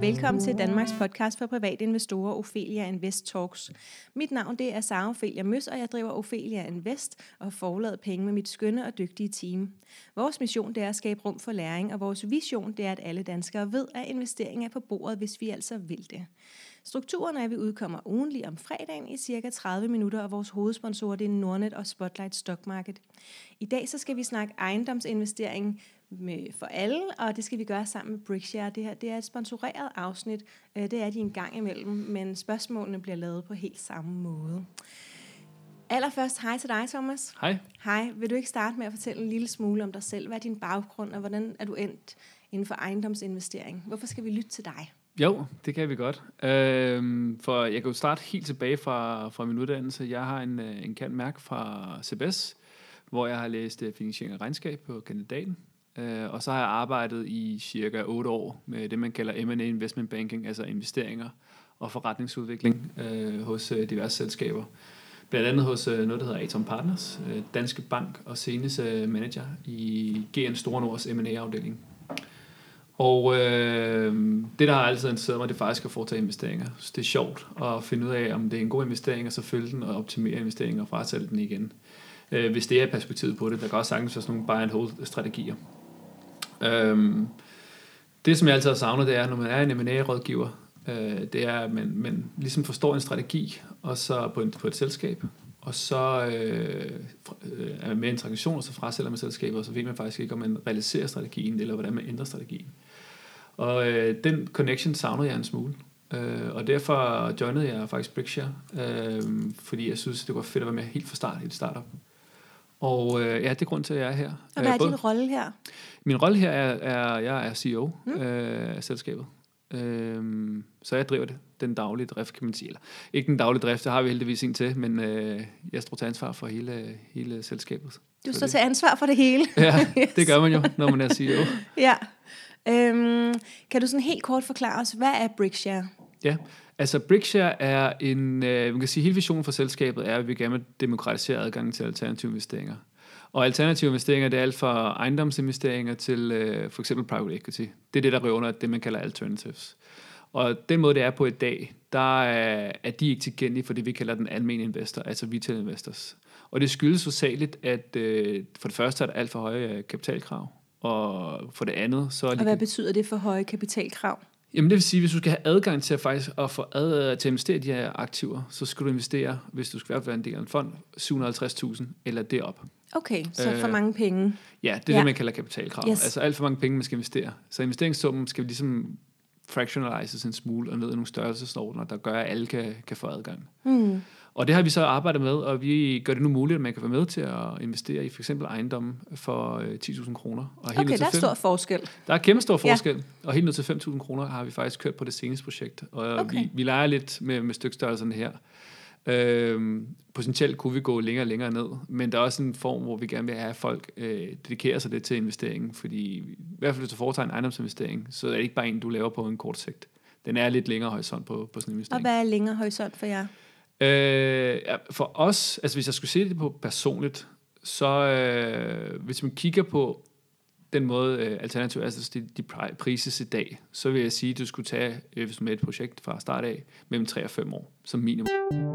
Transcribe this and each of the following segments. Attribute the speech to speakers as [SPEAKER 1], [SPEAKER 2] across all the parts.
[SPEAKER 1] Velkommen til Danmarks podcast for private investorer, Ophelia Invest Talks. Mit navn det er Sara Ophelia Møs, og jeg driver Ophelia Invest og har forladet penge med mit skønne og dygtige team. Vores mission det er at skabe rum for læring, og vores vision det er, at alle danskere ved, at investering er på bordet, hvis vi altså vil det. Strukturen er, at vi udkommer ugentlig om fredagen i cirka 30 minutter, og vores hovedsponsorer det er Nordnet og Spotlight Stock Market. I dag så skal vi snakke ejendomsinvestering for alle, og det skal vi gøre sammen med Brickshare. Det her det er et sponsoreret afsnit. Det er de en gang imellem, men spørgsmålene bliver lavet på helt samme måde. Allerførst, hej til dig, Thomas.
[SPEAKER 2] Hej.
[SPEAKER 1] Hej. Vil du ikke starte med at fortælle en lille smule om dig selv? Hvad er din baggrund, og hvordan er du endt inden for ejendomsinvestering? Hvorfor skal vi lytte til dig?
[SPEAKER 2] Jo, det kan vi godt. For jeg kan jo starte helt tilbage fra min uddannelse. Jeg har en cand.merc fra CBS, hvor jeg har læst finansiering og regnskab på kandidaten. Og så har jeg arbejdet i cirka 8 år med det, man kalder M&A Investment Banking, altså investeringer og forretningsudvikling hos diverse selskaber. Blandt andet hos noget, der hedder Atom Partners, Danske Bank og senest manager i GN Store Nords M&A-afdeling. Og det, der har altid interesseret mig, det er faktisk at foretage investeringer. Så det er sjovt at finde ud af, om det er en god investering, og så følge den og optimere investeringen og frasælge den igen. Hvis det er perspektivet på det, der kan også sagtens være sådan nogle buy-and-hold-strategier. Det, som jeg altid har savnet, det er, når man er en M&A-rådgiver, det er, at man ligesom forstår en strategi, og så på et selskab, og så er man med i en transaktion, og så frasælger man selskabet, og så ved man faktisk ikke, om man realiserer strategien, eller hvordan man ændrer strategien. Og den connection savnede jeg en smule. Og derfor joinede jeg faktisk Brickshare, fordi jeg synes, det var fedt at være med helt fra start i et startup. Og ja, det er grund til, at jeg er her.
[SPEAKER 1] Og hvad er din rolle her?
[SPEAKER 2] Min rolle her er, jeg er CEO af selskabet. Så jeg driver det. Den daglige drift, kan man sige. Eller, ikke den daglige drift, det har vi heldigvis en til, men jeg står til ansvar for hele selskabet.
[SPEAKER 1] Du står til ansvar for det hele?
[SPEAKER 2] Ja, det gør man jo, når man er CEO.
[SPEAKER 1] Ja. Kan du sådan helt kort forklare os, hvad er Brickshare?
[SPEAKER 2] Ja, altså Brickshare er man kan sige, hele visionen for selskabet er, at vi gerne vil demokratisere adgangen til alternative investeringer. Og alternative investeringer, det er alt fra ejendomsinvesteringer til for eksempel private equity. Det er det, der rører under det, man kalder alternatives. Og den måde, det er på i dag, der er de ikke tilgængelige for det, vi kalder den almene investor, altså retail investors. Og det skyldes hovedsageligt, at for det første er der alt for høje kapitalkrav, og for det andet så...
[SPEAKER 1] Og hvad betyder det for høje kapitalkrav?
[SPEAKER 2] Jamen det vil sige, hvis du skal have adgang til til at investere i de her aktiver, så skal du investere, hvis du skal være en del af en fond, 750.000 eller derop.
[SPEAKER 1] Okay, så for mange penge.
[SPEAKER 2] Ja, det er det, man kalder kapitalkrav.
[SPEAKER 1] Yes.
[SPEAKER 2] Altså alt for mange penge, man skal investere. Så investeringssummen skal ligesom fractionalises en smule og ned i nogle størrelsesordner, der gør, at alle kan få adgang. Og det har vi så arbejdet med, og vi gør det nu muligt, at man kan være med til at investere i for eksempel ejendomme for 10.000 kroner.
[SPEAKER 1] Okay, der er stor forskel.
[SPEAKER 2] Der er kæmpe stor forskel, og helt ned til 5.000 kroner har vi faktisk kørt på det seneste projekt. Og okay. vi leger lidt med stykstørrelserne her. Potentielt kunne vi gå længere og længere ned, men der er også en form, hvor vi gerne vil have, at folk dedikerer sig lidt til investeringen, fordi i hvert fald hvis du foretager en ejendomsinvestering, så er det ikke bare en, du laver på en kort sigt. Den er lidt længere horisont på sådan en investering.
[SPEAKER 1] Og hvad er længere horisont for jer?
[SPEAKER 2] For os, altså hvis jeg skulle se det på personligt, så hvis man kigger på den måde alternative assets, de prises i dag, så vil jeg sige, at du skulle tage, hvis du med et projekt fra start af, mellem 3 og 5 år som minimum.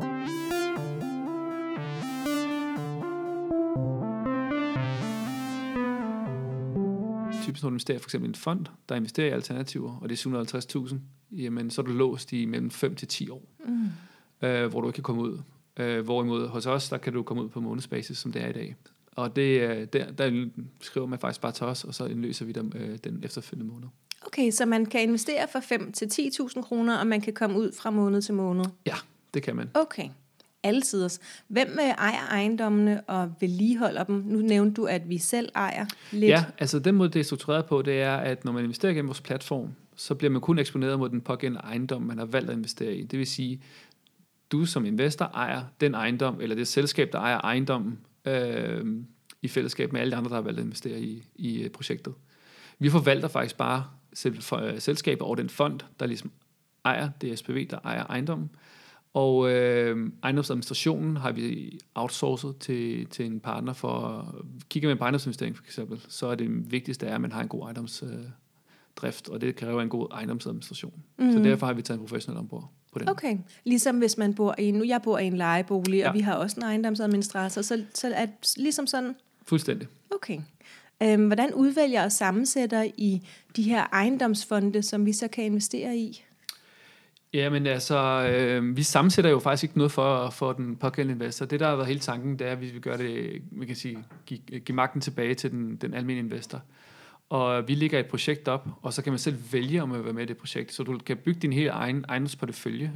[SPEAKER 2] Typisk når du investerer for eksempel i en fond, der investerer i alternativer, og det er 750.000, jamen så er du låst i mellem 5 til 10 år. Hvor du ikke kan komme ud. Hvorimod hos os, der kan du komme ud på månedsbasis, som det er i dag. Og der skriver man faktisk bare til os, og så indløser vi dem den efterfølgende måned.
[SPEAKER 1] Okay, så man kan investere for 5 til 10.000 kroner, og man kan komme ud fra måned til måned?
[SPEAKER 2] Ja, det kan man.
[SPEAKER 1] Okay, altiders. Hvem ejer ejendommene og vedligeholder dem? Nu nævnte du, at vi selv ejer lidt.
[SPEAKER 2] Ja, altså den måde, det er struktureret på, det er, at når man investerer gennem vores platform, så bliver man kun eksponeret mod den pågældende ejendom, man har valgt at investere i. Det vil sige, du som investor ejer den ejendom, eller det selskab, der ejer ejendommen, i fællesskab med alle de andre, der har valgt at investere i projektet. Vi forvalter faktisk bare selskabet over den fond, der ligesom ejer, det er SPV, der ejer ejendommen. Og ejendomsadministrationen har vi outsourcet til en partner for, kigger man på ejendomsinvestering for eksempel, så er det vigtigste, at man har en god drift, og det kræver en god ejendomsadministration. Så derfor har vi taget en professionel ombord på den.
[SPEAKER 1] Okay, ligesom hvis man bor i, nu jeg bor i en lejebolig, og vi har også en ejendomsadministrator, så er det ligesom sådan?
[SPEAKER 2] Fuldstændig.
[SPEAKER 1] Okay. Hvordan udvælger og sammensætter I de her ejendomsfonde, som vi så kan investere i?
[SPEAKER 2] Jamen altså, vi sammensætter jo faktisk ikke noget for den pågældende investor. Det, der har været hele tanken, det er, at vi vil gøre det, man kan sige, give magten tilbage til den almindelige investor. Og vi lægger et projekt op, og så kan man selv vælge, om man vil være med i det projekt. Så du kan bygge din helt egen ejendomsportefølje.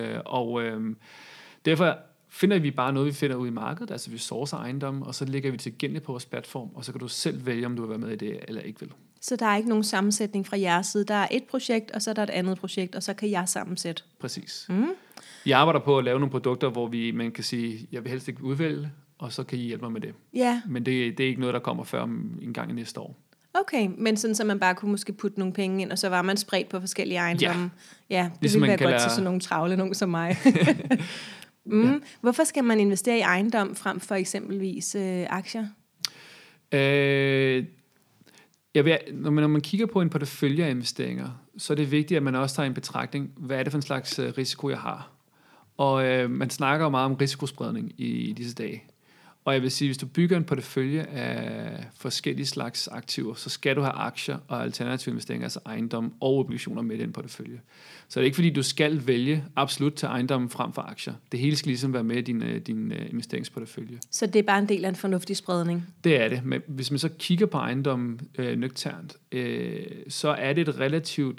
[SPEAKER 2] Derfor finder vi bare noget, vi finder ud i markedet. Altså vi sourcer ejendom, og så lægger vi tilgængeligt på vores platform, og så kan du selv vælge, om du vil være med i det, eller ikke vil.
[SPEAKER 1] Så der er ikke nogen sammensætning fra jeres side. Der er et projekt, og så er der et andet projekt, og så kan jeg sammensætte.
[SPEAKER 2] Præcis. Vi arbejder på at lave nogle produkter, hvor man kan sige, jeg vil helst ikke udvælge, og så kan I hjælpe mig med det.
[SPEAKER 1] Ja.
[SPEAKER 2] Men det er ikke noget, der kommer før en gang i næste år.
[SPEAKER 1] Okay, men sådan, så man bare kunne måske putte nogle penge ind, og så var man spredt på forskellige ejendomme. Ja, det
[SPEAKER 2] ligesom
[SPEAKER 1] ville være godt til sådan nogle travle nogen som mig. Ja. Hvorfor skal man investere i ejendom frem for eksempelvis aktier?
[SPEAKER 2] Når man kigger på en portefølje af investeringer, så er det vigtigt, at man også tager en betragtning, hvad er det for en slags risiko, jeg har. Og man snakker jo meget om risikospredning i disse dage. Og jeg vil sige, hvis du bygger en portefølje af forskellige slags aktiver, så skal du have aktier og alternative investeringer, altså ejendom og obligationer med i den portefølje. Så det er ikke fordi, du skal vælge absolut til ejendommen frem for aktier. Det hele skal ligesom være med i din investeringsportefølje.
[SPEAKER 1] Så det er bare en del af en fornuftig spredning?
[SPEAKER 2] Det er det. Men hvis man så kigger på ejendommen nøgternt, så er det et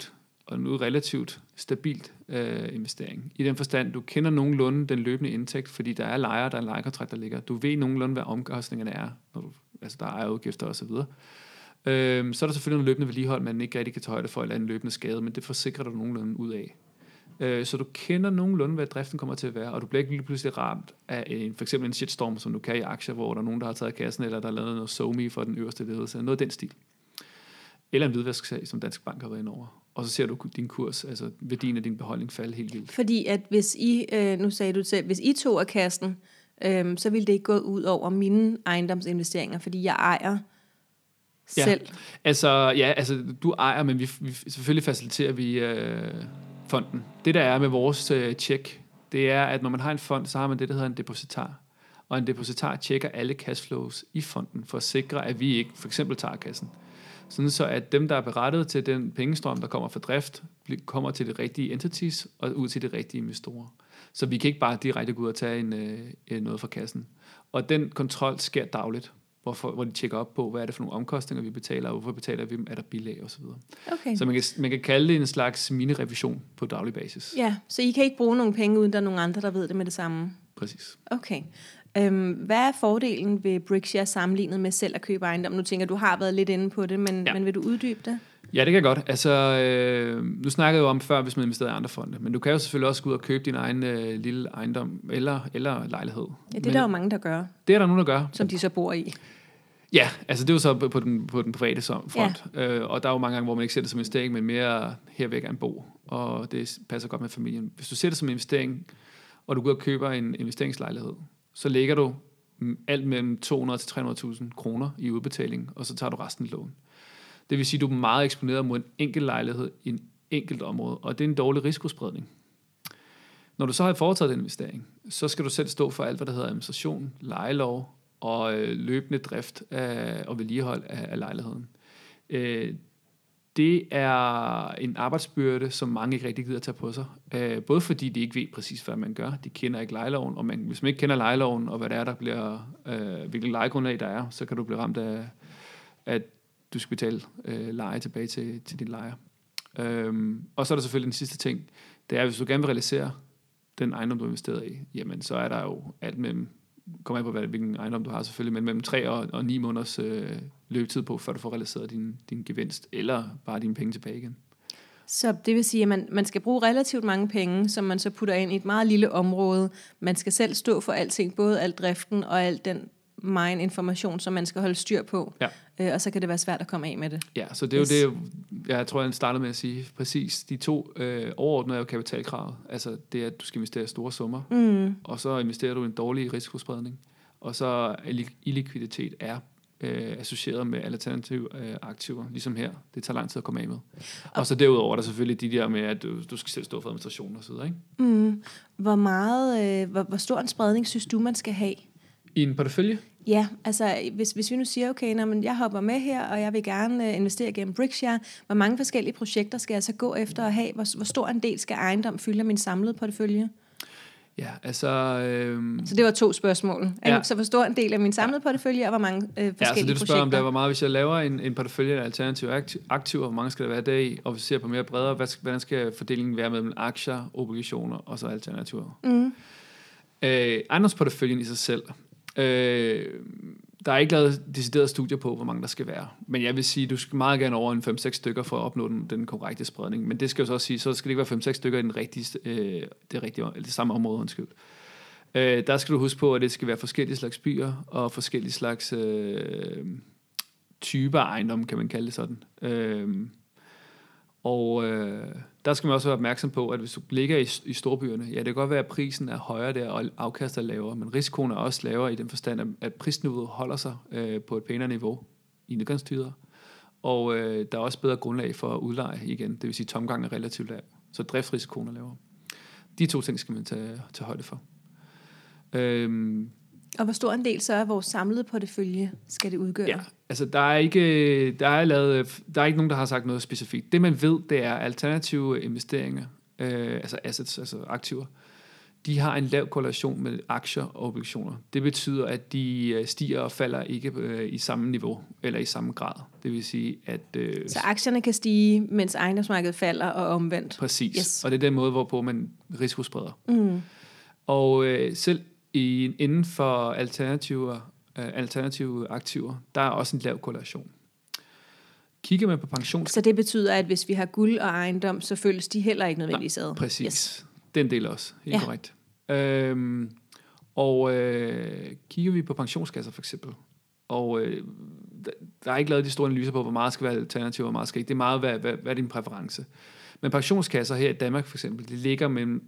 [SPEAKER 2] relativt stabilt investering. I den forstand, du kender nogenlunde den løbende indtægt, fordi der er lejere, der er lejekontrakt, der ligger. Du ved nogenlunde, hvad omkostningerne er, der er udgifter osv. Så er der selvfølgelig nogle løbende vedligehold, man ikke rigtig kan tage højde for, eller en løbende skade, men det forsikrer du nogenlunde ud af. Så du kender nogenlunde, hvad driften kommer til at være, og du bliver ikke lige pludselig ramt af for eksempel en shitstorm, som du kan i aktier, hvor der er nogen, der har taget kassen, eller der er lavet noget SoMe for den øverste ledelse, noget af den stil. Eller en hvidvasksag, som Dansk Bank har været inde over. Og så ser du din kurs, altså værdien af din beholdning falde helt vildt.
[SPEAKER 1] Fordi at hvis I, nu sagde du selv, hvis I tog af kassen, så ville det ikke gå ud over mine ejendomsinvesteringer, fordi jeg ejer selv.
[SPEAKER 2] Altså du ejer, men vi selvfølgelig faciliterer vi fonden. Det der er med vores check, det er, at når man har en fond, så har man det, der hedder en depositar. Og en depositar tjekker alle cashflows i fonden, for at sikre, at vi ikke for eksempel tager kassen. Sådan så, at dem, der er berettet til den pengestrøm, der kommer fra drift, kommer til de rigtige entities og ud til de rigtige investorer. Så vi kan ikke bare direkte gå ud og tage noget fra kassen. Og den kontrol sker dagligt, hvor de tjekker op på, hvad er det for nogle omkostninger, vi betaler, og hvorfor betaler vi dem, er der bilag osv.
[SPEAKER 1] Okay.
[SPEAKER 2] Så man kan kalde det en slags mini-revision på daglig basis.
[SPEAKER 1] Ja, så I kan ikke bruge nogle penge, uden der er nogen andre, der ved det med det samme?
[SPEAKER 2] Præcis.
[SPEAKER 1] Okay. Hvad er fordelen ved Brixia sammenlignet med selv at købe ejendom? Nu tænker du har været lidt inde på det, men vil du uddybe det?
[SPEAKER 2] Ja, det kan jeg godt. Altså, nu snakkede jeg jo om før, hvis man investerer i andre fonde, men du kan jo selvfølgelig også gå ud og købe din egen lille ejendom eller lejlighed.
[SPEAKER 1] Ja, det er der jo mange, der gør.
[SPEAKER 2] Det er der nogen, der gør.
[SPEAKER 1] Som de så bor i.
[SPEAKER 2] Ja, altså det er jo så på den private front. Ja. Og der er jo mange gange, hvor man ikke ser det som investering, men mere hervæk af en bo, og det passer godt med familien. Hvis du ser det som investering, og du går ud og køber en investeringslejlighed, så lægger du alt mellem 200 til 300.000 kroner i udbetaling, og så tager du resten i lån. Det vil sige, at du er meget eksponeret mod en enkelt lejlighed i en enkelt område, og det er en dårlig risikospredning. Når du så har foretaget den investering, så skal du selv stå for alt, hvad der hedder administration, lejelov og løbende drift og vedligehold af lejligheden. Det er en arbejdsbyrde, som mange ikke rigtig gider at tage på sig. Både fordi de ikke ved præcis, hvad man gør. De kender ikke lejeloven, og hvis man ikke kender lejeloven, og hvad det er, der bliver, hvilket lejegrundlag der er, så kan du blive ramt af, at du skal betale leje tilbage til din lejer. Og så er der selvfølgelig den sidste ting. Det er, hvis du gerne vil realisere den ejendom, du har investeret i, jamen så er der jo alt mellem, kommer an på, hvilken ejendom du har selvfølgelig, men mellem 3 og 9 måneders løbetid på, før du får realiseret din gevinst, eller bare dine penge tilbage igen.
[SPEAKER 1] Så det vil sige, at man skal bruge relativt mange penge, som man så putter ind i et meget lille område. Man skal selv stå for alting, både al driften og al den mine information, som man skal holde styr på. Ja. Og så kan det være svært at komme af med det.
[SPEAKER 2] Ja, så det er jo det, jeg tror, jeg startede med at sige. Præcis, de 2 overordnede er jo kapitalkravet. Altså det er, at du skal investere store summer, og så investerer du i en dårlig risikospredning. Og så illikviditet er associeret med alternative aktiver, ligesom her. Det tager lang tid at komme af med. Og så derudover er der selvfølgelig de der med, at du skal selv stå for administration og så videre, ikke?
[SPEAKER 1] Hvor stor en spredning synes du, man skal have?
[SPEAKER 2] I en portefølje?
[SPEAKER 1] Ja, altså hvis vi nu siger, okay, men jeg hopper med her, og jeg vil gerne investere gennem Brickshare, hvor mange forskellige projekter skal jeg så gå efter at have? Hvor stor en del skal ejendom fylde af min samlede portefølje?
[SPEAKER 2] Ja, altså...
[SPEAKER 1] Så det var 2 spørgsmål.
[SPEAKER 2] Ja.
[SPEAKER 1] Så hvor stor en del af min samlede portefølje, og hvor mange forskellige projekter?
[SPEAKER 2] Ja, så det du spørger om, det er, hvor meget, hvis jeg laver en portefølje af alternative aktiver, hvor mange skal der være der i, og vi ser på mere bredere, hvordan skal fordelingen være mellem aktier, obligationer og så alternativer? Ejendomsporteføljen i sig selv. Der er ikke lavet deciderede studier på, hvor mange der skal være. Men jeg vil sige, du skal meget gerne over en 5-6 stykker for at opnå den korrekte spredning. Men det skal jo så også sige, så skal det ikke være 5-6 stykker i det samme område. Undskyld. Der skal du huske på, at det skal være forskellige slags byer og forskellige slags typer ejendom, kan man kalde det sådan. Der skal man også være opmærksom på, at hvis du ligger i storbyerne, ja, det kan godt være, at prisen er højere der, og afkastet er lavere, men risikoen er også lavere i den forstand, at prisniveauet holder sig på et pænere niveau i nedgangstider, og der er også bedre grundlag for at udleje igen, det vil sige, at tomgang er relativt lav, så driftsrisikoen er lavere. De 2 ting skal man tage højde for.
[SPEAKER 1] Og hvor stor en del så er vores samlede portefølje, skal det udgøre?
[SPEAKER 2] Ja, altså der er ikke nogen, der har sagt noget specifikt. Det man ved, det er alternative investeringer, altså assets, altså aktiver. De har en lav korrelation med aktier og obligationer. Det betyder, at de stiger og falder ikke i samme niveau, eller i samme grad. Det vil sige, at...
[SPEAKER 1] Så aktierne kan stige, mens ejendomsmarkedet falder, og omvendt?
[SPEAKER 2] Præcis, yes. Og det er den måde, hvorpå man risikospreder. Og selv inden for alternative aktiver, der er også en lav korrelation. Kigger man på pensions... Så
[SPEAKER 1] det betyder, at hvis vi har guld og ejendom, så føles de heller ikke nødvendigvis ad?
[SPEAKER 2] Præcis. Yes. Den del også. Helt korrekt. Kigger vi på pensionskasser for eksempel, og der er ikke lavet de store analyser på, hvor meget skal være alternativ, og hvor meget skal ikke. Det er meget, hvad er din præference. Men pensionskasser her i Danmark for eksempel, det ligger mellem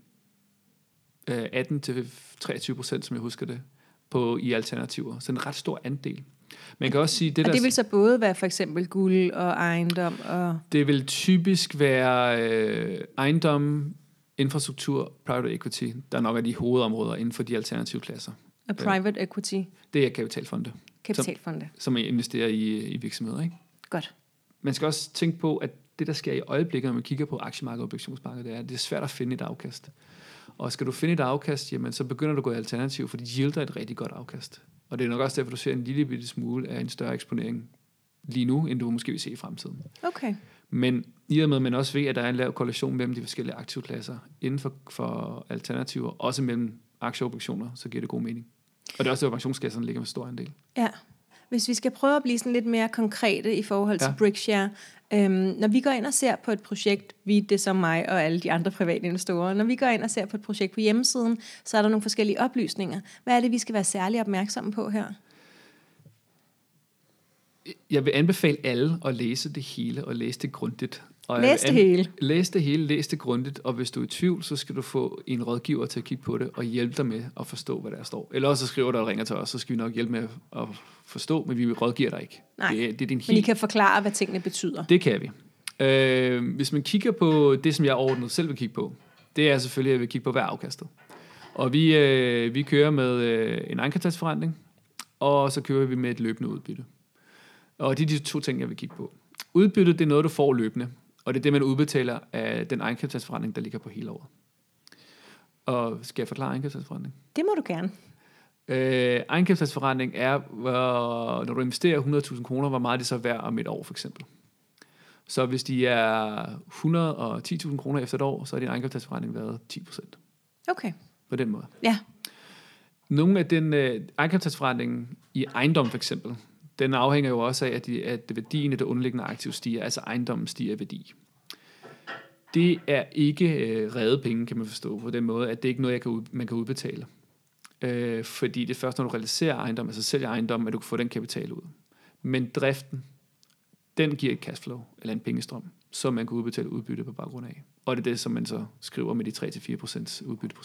[SPEAKER 2] 18-23%, som jeg husker det, i alternativer. Så en ret stor andel. Man kan også sige,
[SPEAKER 1] det vil så både være for eksempel guld og ejendom?
[SPEAKER 2] Det vil typisk være ejendom, infrastruktur, private equity, der nok er de hovedområder inden for de alternative klasser.
[SPEAKER 1] Og private equity?
[SPEAKER 2] Det er kapitalfonde. Som investerer i virksomheder, ikke?
[SPEAKER 1] Godt.
[SPEAKER 2] Man skal også tænke på, at det, der sker i øjeblikket, når man kigger på aktiemarkedet og obligationsmarkedet, det er svært at finde et afkast. Og skal du finde et afkast, jamen, så begynder du at gå i alternativ, for det yielder et rigtig godt afkast. Og det er nok også derfor, du ser en lille bitte smule af en større eksponering lige nu, end du måske vil se i fremtiden.
[SPEAKER 1] Okay.
[SPEAKER 2] Men i og med, at man også ved, at der er en lav korrelation mellem de forskellige aktivklasser inden for alternativer, også mellem aktier og obligationer, så giver det god mening. Og det er også, at pensionskasserne ligger med stor andel.
[SPEAKER 1] Ja. Hvis vi skal prøve at blive sådan lidt mere konkrete i forhold til Brickshare, når vi går ind og ser på et projekt, det som mig og alle de andre private investorer, når vi går ind og ser på et projekt på hjemmesiden, så er der nogle forskellige oplysninger. Hvad er det, vi skal være særlig opmærksomme på her?
[SPEAKER 2] Jeg vil anbefale alle at læse det hele og læse det grundigt. Læs det grundigt, og hvis du er i tvivl, så skal du få en rådgiver til at kigge på det og hjælpe dig med at forstå, hvad der står. Eller også så skriver du og ringer til os, så skal vi nok hjælpe med at forstå, men vi rådgiver dig ikke.
[SPEAKER 1] Nej, men I kan forklare, hvad tingene betyder.
[SPEAKER 2] Det kan vi. Hvis man kigger på det, som jeg overordnet selv vil kigge på, det er selvfølgelig, at jeg vil kigge på, hvad er afkastet. Og vi kører med en egenkapitalsforrentning, og så kører vi med et løbende udbytte. Og det er de 2 ting, jeg vil kigge på. Udbyttet, det er noget, du får løbende. Og det er det, man udbetaler af den egenkapitalsforrentning, der ligger på hele året. Og skal jeg forklare egenkapitalsforrentning?
[SPEAKER 1] Det må du gerne.
[SPEAKER 2] Egenkapitalsforrentning er, når du investerer 100.000 kroner, hvor meget det så er værd om et år, for eksempel. Så hvis de er 110.000 kroner efter et år, så er din egenkapitalsforrentning været 10%.
[SPEAKER 1] Okay.
[SPEAKER 2] På den måde.
[SPEAKER 1] Ja.
[SPEAKER 2] Nogle af den egenkapitalsforrentningen i ejendom, for eksempel, den afhænger jo også af, at værdien af det underliggende aktiv stiger, altså ejendommen stiger i værdi. Det er ikke redde penge, kan man forstå, på den måde, at det ikke er noget, man kan udbetale. Fordi det er først, når du realiserer ejendom, altså sælger ejendom, at du kan få den kapital ud. Men driften, den giver et cashflow, eller en pengestrøm, som man kan udbetale udbytte på baggrund af. Og det er det, som man så skriver med de 3-4% udbytteprocent.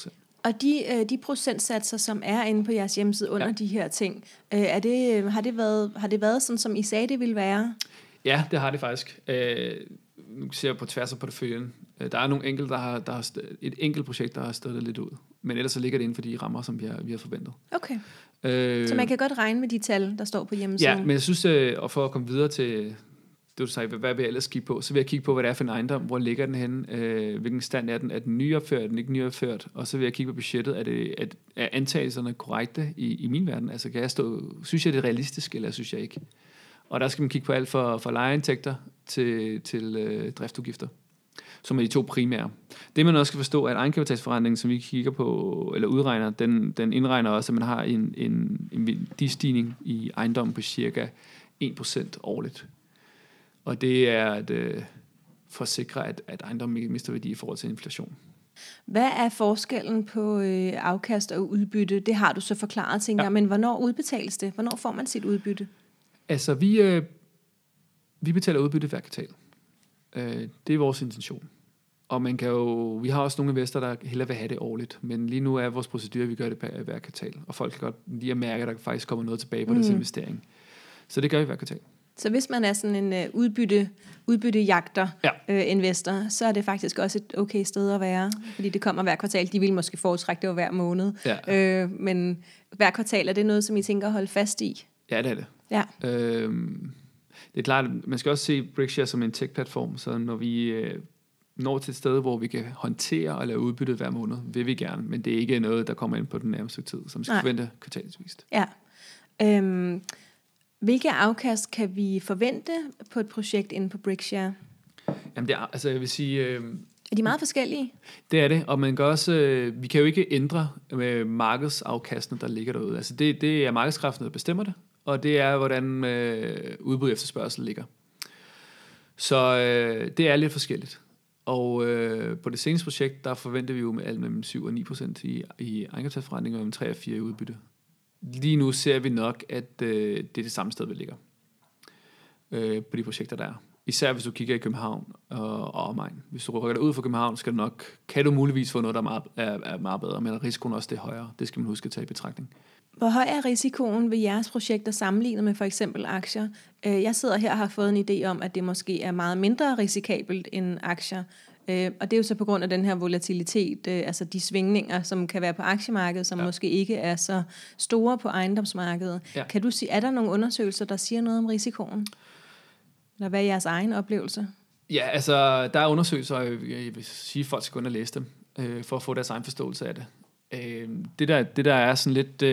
[SPEAKER 1] Og de procentsatser, som er inde på jeres hjemmeside under de her ting, har det været sådan, som I sagde, det ville være?
[SPEAKER 2] Ja, det har det faktisk. Nu ser jeg på tværs af porteføljen. Der er nogle enkelte, der har et enkelt projekt, der har stået lidt ud. Men ellers så ligger det inden for de rammer, som vi har forventet.
[SPEAKER 1] Okay. Så man kan godt regne med de tal, der står på hjemmesiden?
[SPEAKER 2] Ja, men jeg synes, og for at komme videre til det, du sagde, hvad vil jeg ellers kigge på? Så vil jeg kigge på, hvad det er for en ejendom, hvor ligger den henne, hvilken stand er den, er den nyopført, er den ikke nyopført, og så vil jeg kigge på budgettet, er antagelserne korrekte i min verden? Altså synes jeg det er realistisk, eller synes jeg ikke? Og der skal man kigge på alt fra lejeindtægter til driftsudgifter, som er de to primære. Det man også skal forstå, at egenkapitalsforrentningen, som vi kigger på, eller udregner, den indregner også, at man har en værdistigning i ejendommen på cirka 1% årligt. Og det er for at sikre, at ejendommen ikke mister værdi i forhold til inflation.
[SPEAKER 1] Hvad er forskellen på afkast og udbytte? Det har du så forklaret, tænker jeg. Men hvornår udbetales det? Hvornår får man sit udbytte?
[SPEAKER 2] Altså, vi betaler udbytte hver kvartal. Det er vores intention. Og vi har også nogle investorer, der hellere vil have det årligt. Men lige nu er vores procedure, at vi gør det hver kvartal. Og folk kan godt lige at mærke, at der faktisk kommer noget tilbage på deres investering. Så det gør vi hver kvartal.
[SPEAKER 1] Så hvis man er sådan en udbyttejagter investor, så er det faktisk også et okay sted at være, fordi det kommer hver kvartal. De vil måske foretrække det hver måned, men hver kvartal, er det noget, som I tænker at holde fast i?
[SPEAKER 2] Ja, det er det.
[SPEAKER 1] Ja.
[SPEAKER 2] Det er klart, man skal også se Brickshare som en tech-platform, så når vi når til et sted, hvor vi kan håndtere og lave udbyttet hver måned, vil vi gerne, men det er ikke noget, der kommer ind på den nærmeste tid, som skal forvente kvartalsvist.
[SPEAKER 1] Ja. Hvilke afkast kan vi forvente på et projekt inde på Brickshare?
[SPEAKER 2] Jamen det er, altså jeg vil sige...
[SPEAKER 1] Er de meget forskellige?
[SPEAKER 2] Det er det, og man kan også, vi kan jo ikke ændre markedsafkastene, der ligger derude. Altså det er markedskræfterne, der bestemmer det, og det er, hvordan udbud efterspørgsel ligger. Så det er lidt forskelligt. Og på det seneste projekt, der forventer vi jo mellem 7 og 9% i egenkapitalforrentning og mellem 3 og 4 i udbytte. Lige nu ser vi nok, at det er det samme sted, vi ligger på de projekter, der er. Især hvis du kigger i København og omegn. Hvis du rykker dig ud fra København, kan du muligvis få noget, der er meget bedre, men risikoen også det højere. Det skal man huske at tage i betragtning. Hvor
[SPEAKER 1] høj er risikoen ved jeres projekter sammenlignet med for eksempel aktier? Jeg sidder her og har fået en idé om, at det måske er meget mindre risikabelt end aktier. Og det er jo så på grund af den her volatilitet, altså de svingninger, som kan være på aktiemarkedet, som måske ikke er så store på ejendomsmarkedet. Ja. Kan du sige, er der nogle undersøgelser, der siger noget om risikoen? Eller hvad er jeres egen oplevelse?
[SPEAKER 2] Ja, altså der er undersøgelser, og jeg vil sige, at folk skal gå ind og læse dem, for at få deres egen forståelse af det. Det der er sådan lidt...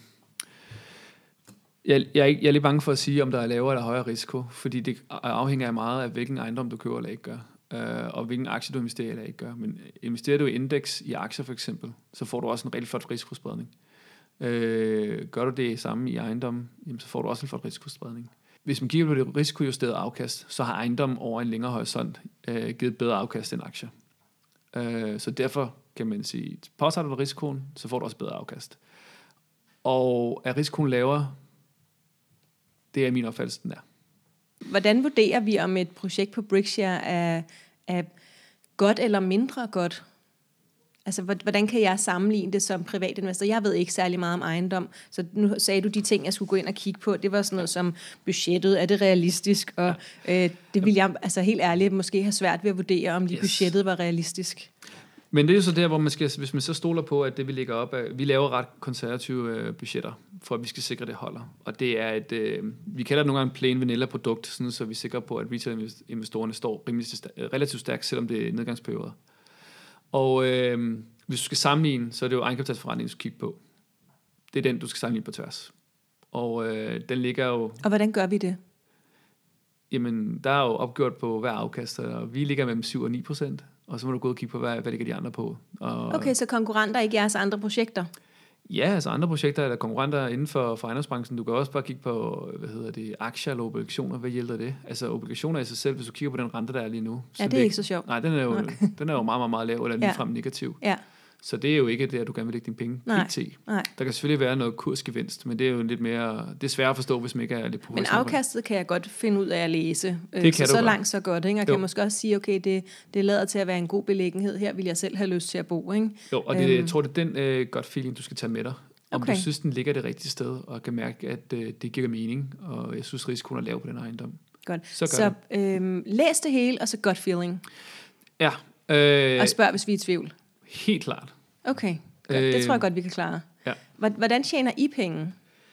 [SPEAKER 2] Jeg er lidt bange for at sige, om der er lavere eller højere risiko, fordi det afhænger af meget af, hvilken ejendom du køber eller ikke gør. Og hvilken aktie du investerer eller ikke gør. Men investerer du i indeks i aktier for eksempel, så får du også en rigtig flot risikospredning. Gør du det samme i ejendommen, så får du også en flot risikospredning. Hvis man kigger på det risikojusterede afkast, så har ejendommen over en længere horisont givet bedre afkast end aktier. Så derfor kan man sige, påtager du risikoen, så får du også bedre afkast. Og er risikoen lavere, det er min opfattelse, den er.
[SPEAKER 1] Hvordan vurderer vi, om et projekt på Brickshare er godt eller mindre godt? Altså, hvordan kan jeg sammenligne det som privatinvestor? Jeg ved ikke særlig meget om ejendom, så nu sagde du de ting, jeg skulle gå ind og kigge på. Det var sådan noget som budgettet, er det realistisk? Og det ville jeg altså helt ærligt måske have svært ved at vurdere, om budgettet var realistisk.
[SPEAKER 2] Men det er jo så der, hvor man skal, hvis man så stoler på, at det vi lægger op af, vi laver ret konservative budgetter, for at vi skal sikre, at det holder. Og det er vi kalder det nogle gange plain vanilla produkt, sådan, så vi er sikre på, at retail-investorerne står relativt stærkt, selvom det er nedgangsperioder. Og hvis du skal sammenligne, så er det jo egenkapitalsforrentning, du skal kigge på. Det er den, du skal sammenligne på tværs. Og den ligger jo... Og
[SPEAKER 1] hvordan gør vi det?
[SPEAKER 2] Jamen, der er jo opgjort på hver afkast, og vi ligger mellem 7 og 9%, og så må du gå og kigge på, hvad ligger de andre på. Og
[SPEAKER 1] okay, så konkurrenter er ikke jeres andre projekter?
[SPEAKER 2] Ja, altså andre projekter er der konkurrenter inden for ejendomsbranchen. Du kan også bare kigge på, aktier eller obligationer. Hvad hjælper det? Altså obligationer i sig selv, hvis du kigger på den rente, der er lige nu.
[SPEAKER 1] Ja, det er ikke så sjovt.
[SPEAKER 2] Nej, den er jo meget, meget, meget lav, eller ligefrem negativ.
[SPEAKER 1] Ja.
[SPEAKER 2] Så det er jo ikke det, at du gerne vil lægge dine penge PT.
[SPEAKER 1] Nej.
[SPEAKER 2] Der kan selvfølgelig være noget kursgevinst, men det er jo lidt mere, det er svært at forstå, hvis man ikke er lidt professionel.
[SPEAKER 1] Men afkastet kan jeg godt finde ud af at læse.
[SPEAKER 2] Det kan
[SPEAKER 1] så langt, så godt, ikke? Og kan måske også sige, okay, det lader til at være en god beliggenhed. Her vil jeg selv have lyst til at bo, ikke?
[SPEAKER 2] Jo, og jeg tror, det er den godt feeling, du skal tage med dig. Om du synes, den ligger det rigtige sted, og kan mærke, at det giver mening, og jeg synes, risikoen er lav på den ejendom.
[SPEAKER 1] Godt. Så læs det hele, og så godt feeling.
[SPEAKER 2] Ja.
[SPEAKER 1] Og spørg, hvis vi er i tvivl.
[SPEAKER 2] Helt klart.
[SPEAKER 1] Okay, det tror jeg godt, vi kan klare.
[SPEAKER 2] Ja.
[SPEAKER 1] Hvordan tjener I penge?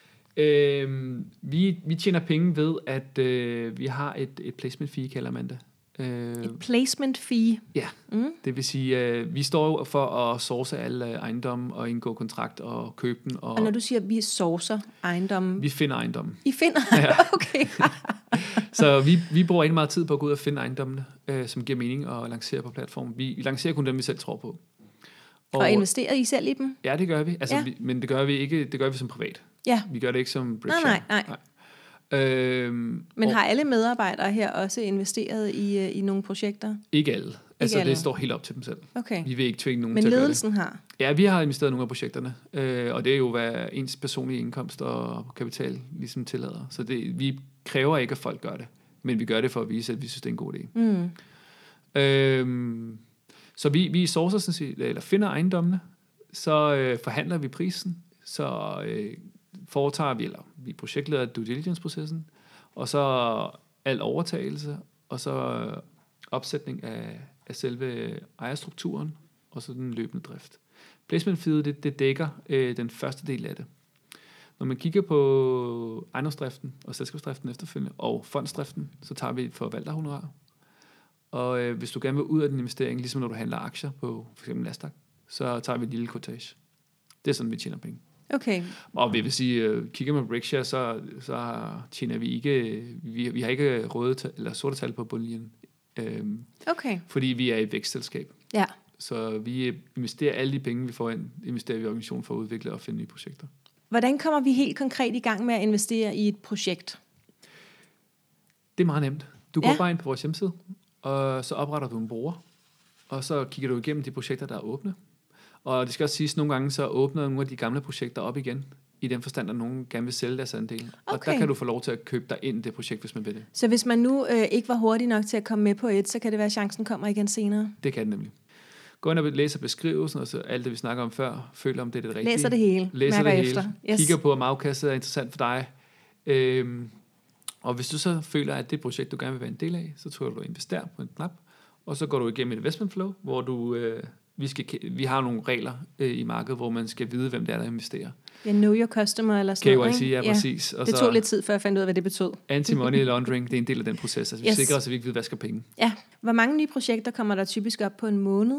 [SPEAKER 2] Vi tjener penge ved, at vi har et placement fee, kalder man det.
[SPEAKER 1] Et placement fee?
[SPEAKER 2] Ja, det vil sige, vi står for at source alle ejendomme og indgå kontrakt og købe den.
[SPEAKER 1] Og når du siger, at vi sourcer ejendomme?
[SPEAKER 2] Vi finder ejendommen.
[SPEAKER 1] I finder?
[SPEAKER 2] Ja.
[SPEAKER 1] Okay.
[SPEAKER 2] Så vi bruger ikke meget tid på at gå ud og finde ejendommene, som giver mening at lancere på platformen. Vi lancerer kun dem, vi selv tror på.
[SPEAKER 1] Og investerer I selv i dem?
[SPEAKER 2] Ja, det gør vi. Altså, men det gør vi ikke. Det gør vi som privat.
[SPEAKER 1] Ja.
[SPEAKER 2] Vi gør det ikke som bridge.
[SPEAKER 1] Nej. Men har alle medarbejdere her også investeret i nogle projekter?
[SPEAKER 2] Ikke alle. Altså, det står helt op til dem selv.
[SPEAKER 1] Okay.
[SPEAKER 2] Vi vil ikke tvinge nogen
[SPEAKER 1] til
[SPEAKER 2] at gøre det.
[SPEAKER 1] Men ledelsen har?
[SPEAKER 2] Ja, vi har investeret i nogle af projekterne. Og det er jo, hvad ens personlige indkomst og kapital ligesom tillader. Så vi kræver ikke, at folk gør det. Men vi gør det for at vise, at vi synes, det er en god idé. Så vi sourcer sådan set, eller finder ejendommene, så forhandler vi prisen, så foretager vi, eller vi projektleder due diligence-processen, og så al overtagelse, og så opsætning af selve ejerstrukturen, og så den løbende drift. Placement-feedet, det dækker den første del af det. Når man kigger på ejendomsdriften og selskabsdriften efterfølgende, og fondsdriften, så tager vi et forvalterhonorar. Og hvis du gerne vil ud af din investering, ligesom når du handler aktier på f.eks. Nasdaq, så tager vi et lille quotage. Det er sådan, vi tjener penge.
[SPEAKER 1] Okay.
[SPEAKER 2] Og vi vil sige, kigger man på Brickshare, så tjener vi ikke, vi har ikke røde eller sorte tal på bundlinjen.
[SPEAKER 1] Okay.
[SPEAKER 2] Fordi vi er et vækstselskab.
[SPEAKER 1] Ja.
[SPEAKER 2] Så vi investerer alle de penge, vi får ind, investerer vi i organisationen for at udvikle og finde nye projekter.
[SPEAKER 1] Hvordan kommer vi helt konkret i gang med at investere i et projekt?
[SPEAKER 2] Det er meget nemt. Du går bare ind på vores hjemmeside, og så opretter du en bruger, og så kigger du igennem de projekter, der er åbne. Og det skal også siges, at nogle gange så åbner nogle af de gamle projekter op igen, i den forstand, at nogen gerne vil sælge deres andel. Okay. Og der kan du få lov til at købe dig ind i det projekt, hvis man vil det.
[SPEAKER 1] Så hvis man nu ikke var hurtig nok til at komme med på så kan det være, at chancen kommer igen senere?
[SPEAKER 2] Det kan det nemlig. Gå ind og læser beskrivelsen, og så alt det, vi snakker om før, føler om det er det rigtige.
[SPEAKER 1] Læser det hele.
[SPEAKER 2] Læser
[SPEAKER 1] mærker
[SPEAKER 2] det
[SPEAKER 1] efter.
[SPEAKER 2] Hele.
[SPEAKER 1] Yes.
[SPEAKER 2] Kigger på, om afkastet er interessant for dig. Og hvis du så føler, at det projekt, du gerne vil være en del af, så trykker du invester på en knap, og så går du igennem et investment flow, hvor du... Vi har nogle regler i markedet, hvor man skal vide, hvem det er, der investerer.
[SPEAKER 1] Ja, know your customer eller sådan noget.
[SPEAKER 2] KYC, ja, præcis. Og
[SPEAKER 1] det tog lidt tid, før jeg fandt ud af, hvad det betød.
[SPEAKER 2] Anti-money laundering, det er en del af den proces. Altså, vi sikrer os, at vi ikke ved, hvad skal penge.
[SPEAKER 1] Ja. Hvor mange nye projekter kommer der typisk op på en måned?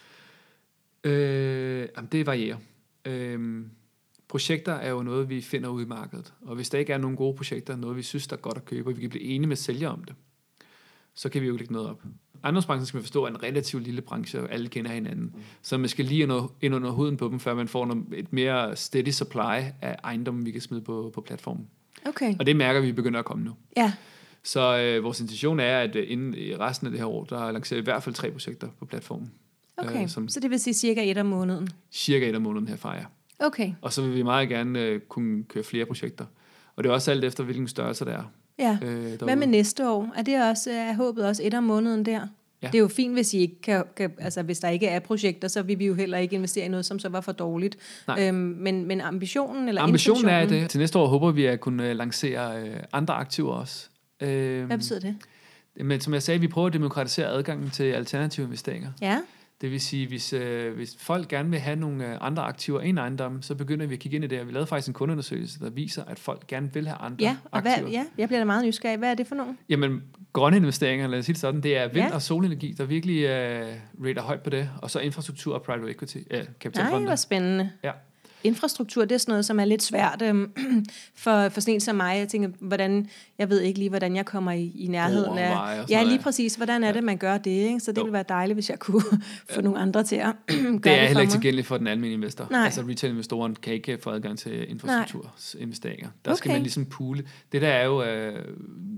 [SPEAKER 2] Det varierer. Projekter er jo noget, vi finder ude i markedet. Og hvis der ikke er nogen gode projekter, noget vi synes, der er godt at købe, og vi kan blive enige med sælger om det, så kan vi jo lægge noget op. Ejendomsbranchen skal man forstå er en relativt lille branche, og alle kender hinanden. Så man skal lige ind under huden på dem, før man får et mere steady supply af ejendommen, vi kan smide på platformen.
[SPEAKER 1] Okay.
[SPEAKER 2] Og det mærker vi begynder at komme nu.
[SPEAKER 1] Ja.
[SPEAKER 2] Så vores intention er, at inden i resten af det her år, der lancerer vi i hvert fald 3 projekter på platformen.
[SPEAKER 1] Okay, så det vil sige cirka 1 om måneden?
[SPEAKER 2] Cirka 1 om måneden herfra, ja.
[SPEAKER 1] Okay.
[SPEAKER 2] Og så vil vi meget gerne kunne køre flere projekter. Og det er også alt efter, hvilken størrelse det er.
[SPEAKER 1] Ja. Hvad med næste år? Er håbet også 1 om måneden der? Ja. Det er jo fint, hvis I ikke kan, altså hvis der ikke er projekter, så vil vi jo heller ikke investere i noget, som så var for dårligt. Men ambitionen eller
[SPEAKER 2] ambitionen er det. Til næste år håber vi at kunne lancere andre aktiver også.
[SPEAKER 1] Hvad betyder det?
[SPEAKER 2] Men som jeg sagde, vi prøver at demokratisere adgangen til alternative investeringer.
[SPEAKER 1] Ja.
[SPEAKER 2] Det vil sige, hvis folk gerne vil have nogle andre aktiver end ejendom, så begynder vi at kigge ind i det. Og vi lavede faktisk en kundeundersøgelse, der viser, at folk gerne vil have andre aktiver.
[SPEAKER 1] Jeg bliver da meget nysgerrig. Hvad er det for nogen?
[SPEAKER 2] Jamen, grønne investeringer, lad os sige det sådan, det er vind- og solenergi, der virkelig rater højt på det. Og så infrastruktur og private equity, kapitalfonde.
[SPEAKER 1] Nej, hvor spændende. Ja. Infrastruktur, det er sådan noget, som er lidt svært for sådan en som mig. Jeg tænker, jeg ved ikke lige, hvordan jeg kommer i nærheden af... Ja, lige præcis. Hvordan er det, man gør det? Ikke? Så det ville være dejligt, hvis jeg kunne få nogle andre til at gøre det for mig.
[SPEAKER 2] Det er heller ikke tilgængeligt for den almindelige investor.
[SPEAKER 1] Nej.
[SPEAKER 2] Altså retail-investoren kan ikke få adgang til infrastrukturinvesteringer. Der skal man ligesom poole. Det der er jo...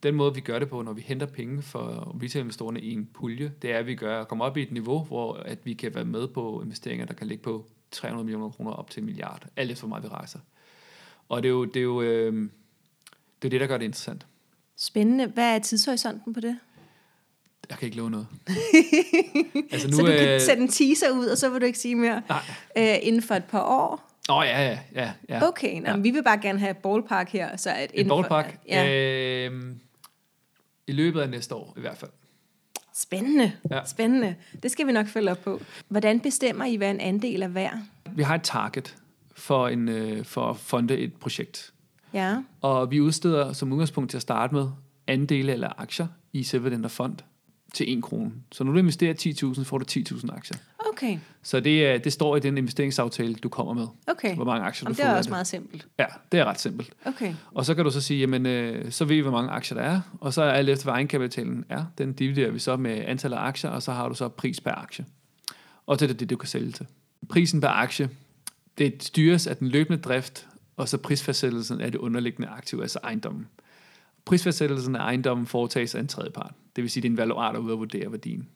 [SPEAKER 2] den måde, vi gør det på, når vi henter penge for retail-investorerne i en pulje, det er, at vi kommer op i et niveau, hvor at vi kan være med på investeringer, der kan ligge på 300 millioner kroner op til 1 milliard. Alt efter, hvor meget vi rejser. Og det er jo det, der gør det interessant.
[SPEAKER 1] Spændende. Hvad er tidshorisonten på det?
[SPEAKER 2] Jeg kan ikke love noget.
[SPEAKER 1] Altså, nu, så du kan sætte en teaser ud, og så vil du ikke sige mere inden for et par år?
[SPEAKER 2] Ja.
[SPEAKER 1] Okay, vi vil bare gerne have ballpark her. Så at
[SPEAKER 2] en ballpark? I løbet af næste år i hvert fald.
[SPEAKER 1] Spændende. Det skal vi nok følge op på. Hvordan bestemmer I, hvad en andel er værd?
[SPEAKER 2] Vi har et target for at fonde et projekt.
[SPEAKER 1] Ja.
[SPEAKER 2] Og vi udsteder som udgangspunkt til at starte med andele eller aktier i selve den der fond til 1 krone. Så når du investerer 10.000, får du 10.000 aktier.
[SPEAKER 1] Okay.
[SPEAKER 2] Så det står i den investeringsaftale, du kommer med.
[SPEAKER 1] Okay.
[SPEAKER 2] Hvor mange aktier du får.
[SPEAKER 1] Det er også meget simpelt.
[SPEAKER 2] Ja, det er ret simpelt.
[SPEAKER 1] Okay.
[SPEAKER 2] Og så kan du så sige, jamen, så ved vi, hvor mange aktier der er, og så er alt efter, hvad egenkapitalen er. Den dividerer vi så med antallet af aktier, og så har du så pris per aktie. Og det er det, du kan sælge til. Prisen per aktie, det styres af den løbende drift, og så prisfastsættelsen af det underliggende aktiv, altså ejendommen. Prisfastsættelsen af ejendommen foretages af en tredjepart. Det vil sige, det er en valuar, der er ude at vurdere værdien.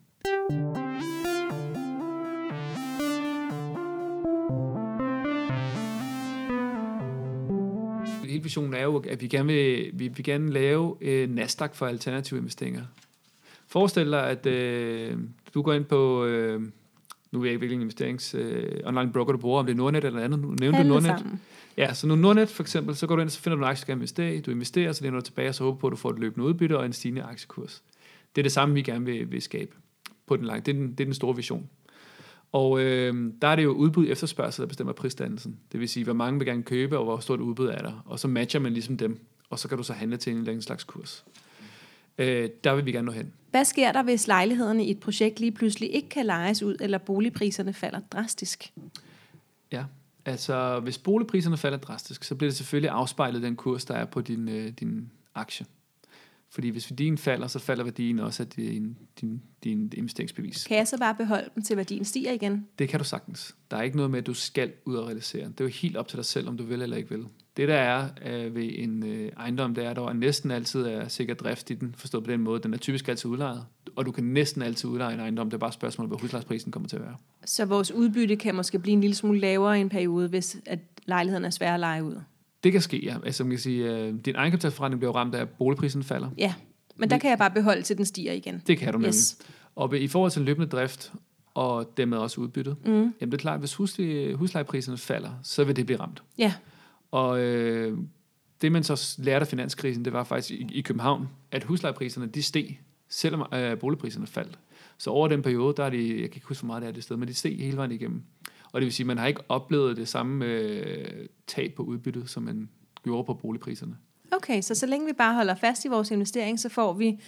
[SPEAKER 2] Hele visionen er jo, at vi gerne vil lave Nasdaq for alternative investeringer. Forestil dig, at du går ind på... nu er jeg ikke virkelig en investerings online broker, du bruger, om det er Nordnet eller andet. Nu nævnte du Nordnet.
[SPEAKER 1] Sammen.
[SPEAKER 2] Ja, så nu Nordnet for eksempel, så går du ind, så finder du en aktie, du skal investere i. Du investerer, så læner du tilbage, og så håber på, at du får et løbende udbytte og en stigende aktiekurs. Det er det samme, vi gerne vil skabe på den lange. Det er den store vision. Og der er det jo udbud efterspørgsel, der bestemmer prisdannelsen. Det vil sige, hvor mange vil gerne købe, og hvor stort udbud er der. Og så matcher man ligesom dem, og så kan du så handle til en eller anden slags kurs. Der vil vi gerne nå hen.
[SPEAKER 1] Hvad sker der, hvis lejlighederne i et projekt lige pludselig ikke kan lejes ud, eller boligpriserne falder drastisk?
[SPEAKER 2] Ja, altså hvis boligpriserne falder drastisk, så bliver det selvfølgelig afspejlet den kurs, der er på din aktie. Fordi hvis værdien falder, så falder værdien også af din investeringsbevis. Kan
[SPEAKER 1] jeg så bare beholde dem til værdien stiger igen?
[SPEAKER 2] Det kan du sagtens. Der er ikke noget med, at du skal ud og realisere. Det er jo helt op til dig selv, om du vil eller ikke vil. Det der er ved en ejendom, det er, at der næsten altid er sikker drift i den, forstået på den måde. Den er typisk altid udlejet, og du kan næsten altid udleje en ejendom. Det er bare et spørgsmål, hvor huslejeprisen kommer til at være.
[SPEAKER 1] Så vores udbytte kan måske blive en lille smule lavere i en periode, hvis at lejligheden er svær at leje ud?
[SPEAKER 2] Det kan ske, ja. Altså, man kan sige, din egenkapitalforretning bliver ramt af, at boligprisen falder.
[SPEAKER 1] Ja, men der kan jeg bare beholde, til den stiger igen.
[SPEAKER 2] Det kan du nemlig. Yes. Og i forhold til løbende drift, og dermed også udbyttet, jamen det er klart, at hvis huslejepriserne falder, så vil det blive ramt.
[SPEAKER 1] Ja.
[SPEAKER 2] Og det man så lærte af finanskrisen, det var faktisk i København, at huslejepriserne, de steg, selvom boligpriserne faldt. Så over den periode, der er de, jeg kan ikke huske, hvor meget det er det sted, men de steg hele vejen igennem. Og det vil sige, at man har ikke oplevet det samme tab på udbyttet, som man gjorde på boligpriserne.
[SPEAKER 1] Okay, så længe vi bare holder fast i vores investering, så får vi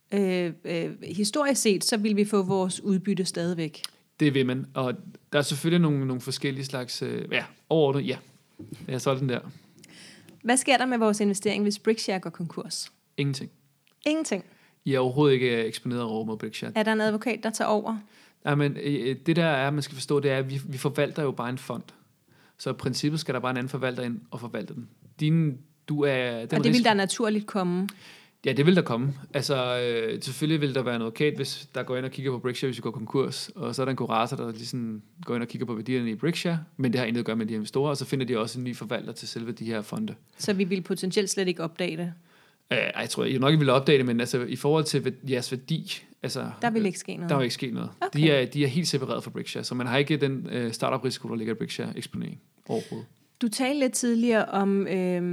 [SPEAKER 1] historisk set, så vil vi få vores udbytte stadigvæk.
[SPEAKER 2] Det vil man, og der er selvfølgelig nogle forskellige slags, overordnet, ja. Jeg solgte den der.
[SPEAKER 1] Hvad sker der med vores investering, hvis Brickshare går konkurs?
[SPEAKER 2] Ingenting.
[SPEAKER 1] Ingenting?
[SPEAKER 2] I er overhovedet ikke eksponeret over mod Brickshare.
[SPEAKER 1] Er der en advokat, der tager over?
[SPEAKER 2] Ja, men det der er, man skal forstå, det er, at vi forvalter jo bare en fond. Så i princippet skal der bare en anden forvalter ind og forvalte den. Og det
[SPEAKER 1] vil der naturligt komme?
[SPEAKER 2] Ja, det vil der komme. Altså, selvfølgelig vil der være en advokat, hvis der går ind og kigger på Brickshare, hvis vi går konkurs. Og så er der en kurator, der ligesom går ind og kigger på værdierne i Brickshare. Men det har intet at gøre med de investorer. Og så finder de også en ny forvalter til selve de her fonde.
[SPEAKER 1] Så vi vil potentielt slet ikke opdage det?
[SPEAKER 2] Jeg tror jeg nok, I vil opdage det, men altså, i forhold til jeres værdi... Altså,
[SPEAKER 1] der vil ikke ske noget?
[SPEAKER 2] Der vil ikke ske noget. Okay. De er helt separeret fra Brickshare, så man har ikke den startup-risiko, der ligger i Brickshare-eksponering overhovedet.
[SPEAKER 1] Du talte lidt tidligere om...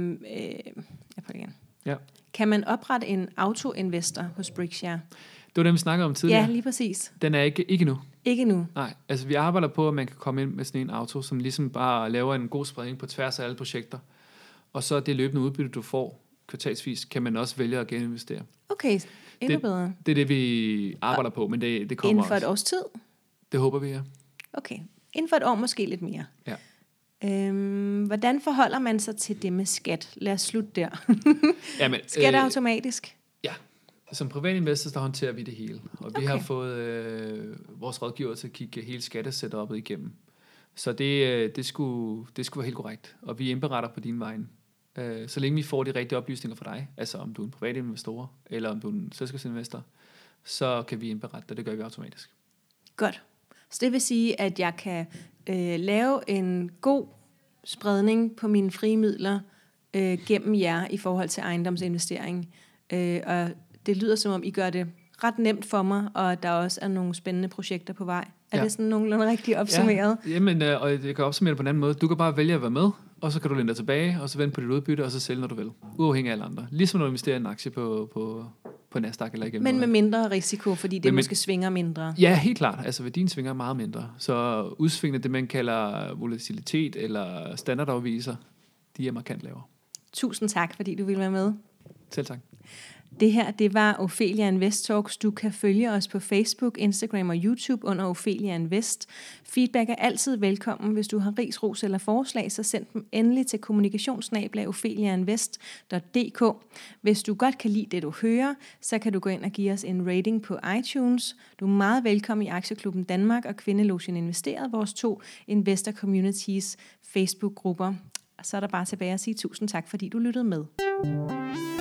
[SPEAKER 2] Ja.
[SPEAKER 1] Kan man oprette en autoinvestor hos Brickshare?
[SPEAKER 2] Det var det, vi snakkede om tidligere.
[SPEAKER 1] Ja, lige præcis.
[SPEAKER 2] Den er ikke nu.
[SPEAKER 1] Ikke nu?
[SPEAKER 2] Nej, altså vi arbejder på, at man kan komme ind med sådan en auto, som ligesom bare laver en god spredning på tværs af alle projekter. Og så det løbende udbytte, du får kvartalsvis, kan man også vælge at geninvestere.
[SPEAKER 1] Okay, endnu bedre.
[SPEAKER 2] Det er det, vi arbejder på, men det kommer
[SPEAKER 1] inden for
[SPEAKER 2] også.
[SPEAKER 1] Et års tid?
[SPEAKER 2] Det håber vi, ja.
[SPEAKER 1] Okay, inden for et år måske lidt mere.
[SPEAKER 2] Ja.
[SPEAKER 1] Hvordan forholder man sig til det med skat? Lad os slutte der.
[SPEAKER 2] Jamen,
[SPEAKER 1] skat er automatisk?
[SPEAKER 2] Ja, som privatinvestor, der håndterer vi det hele. Og vi har fået vores rådgiver til at kigge hele skattesetupet igennem. Så det skulle være helt korrekt. Og vi indberetter på din vegne. Så længe vi får de rigtige oplysninger fra dig, altså om du er en privat investor, eller om du er en selskabsinvestor, så kan vi indberette det. Det gør vi automatisk.
[SPEAKER 1] Godt. Så det vil sige, at jeg kan lave en god spredning på mine frie midler gennem jer i forhold til ejendomsinvestering. Og det lyder som om, I gør det ret nemt for mig, og der også er nogle spændende projekter på vej. Er det sådan nogenlunde rigtigt opsummeret?
[SPEAKER 2] Ja, jamen, og jeg kan opsummere det på en anden måde. Du kan bare vælge at være med, og så kan du læne dig tilbage, og så vente på dit udbytte, og så sælge, når du vil. Uafhængig af alle andre. Ligesom når du investerer i en aktie på Nasdaq eller igennem.
[SPEAKER 1] Men med mindre risiko, fordi det måske svinger mindre.
[SPEAKER 2] Ja, helt klart. Altså værdien svinger meget mindre. Så udsvingene, det man kalder volatilitet eller standardafviser, de er markant lavere.
[SPEAKER 1] Tusind tak, fordi du ville være med.
[SPEAKER 2] Selv tak.
[SPEAKER 1] Det her, det var Ophelia Invest Talks. Du kan følge os på Facebook, Instagram og YouTube under Ophelia Invest. Feedback er altid velkommen. Hvis du har ris, ros eller forslag, så send dem endelig til kommunikationsnabel@opheliainvest.dk. Hvis du godt kan lide det, du hører, så kan du gå ind og give os en rating på iTunes. Du er meget velkommen i Aktieklubben Danmark og Kvindelogen Investeret, vores 2 Investor Communities Facebook-grupper. Og så er der bare tilbage at sige tusind tak, fordi du lyttede med.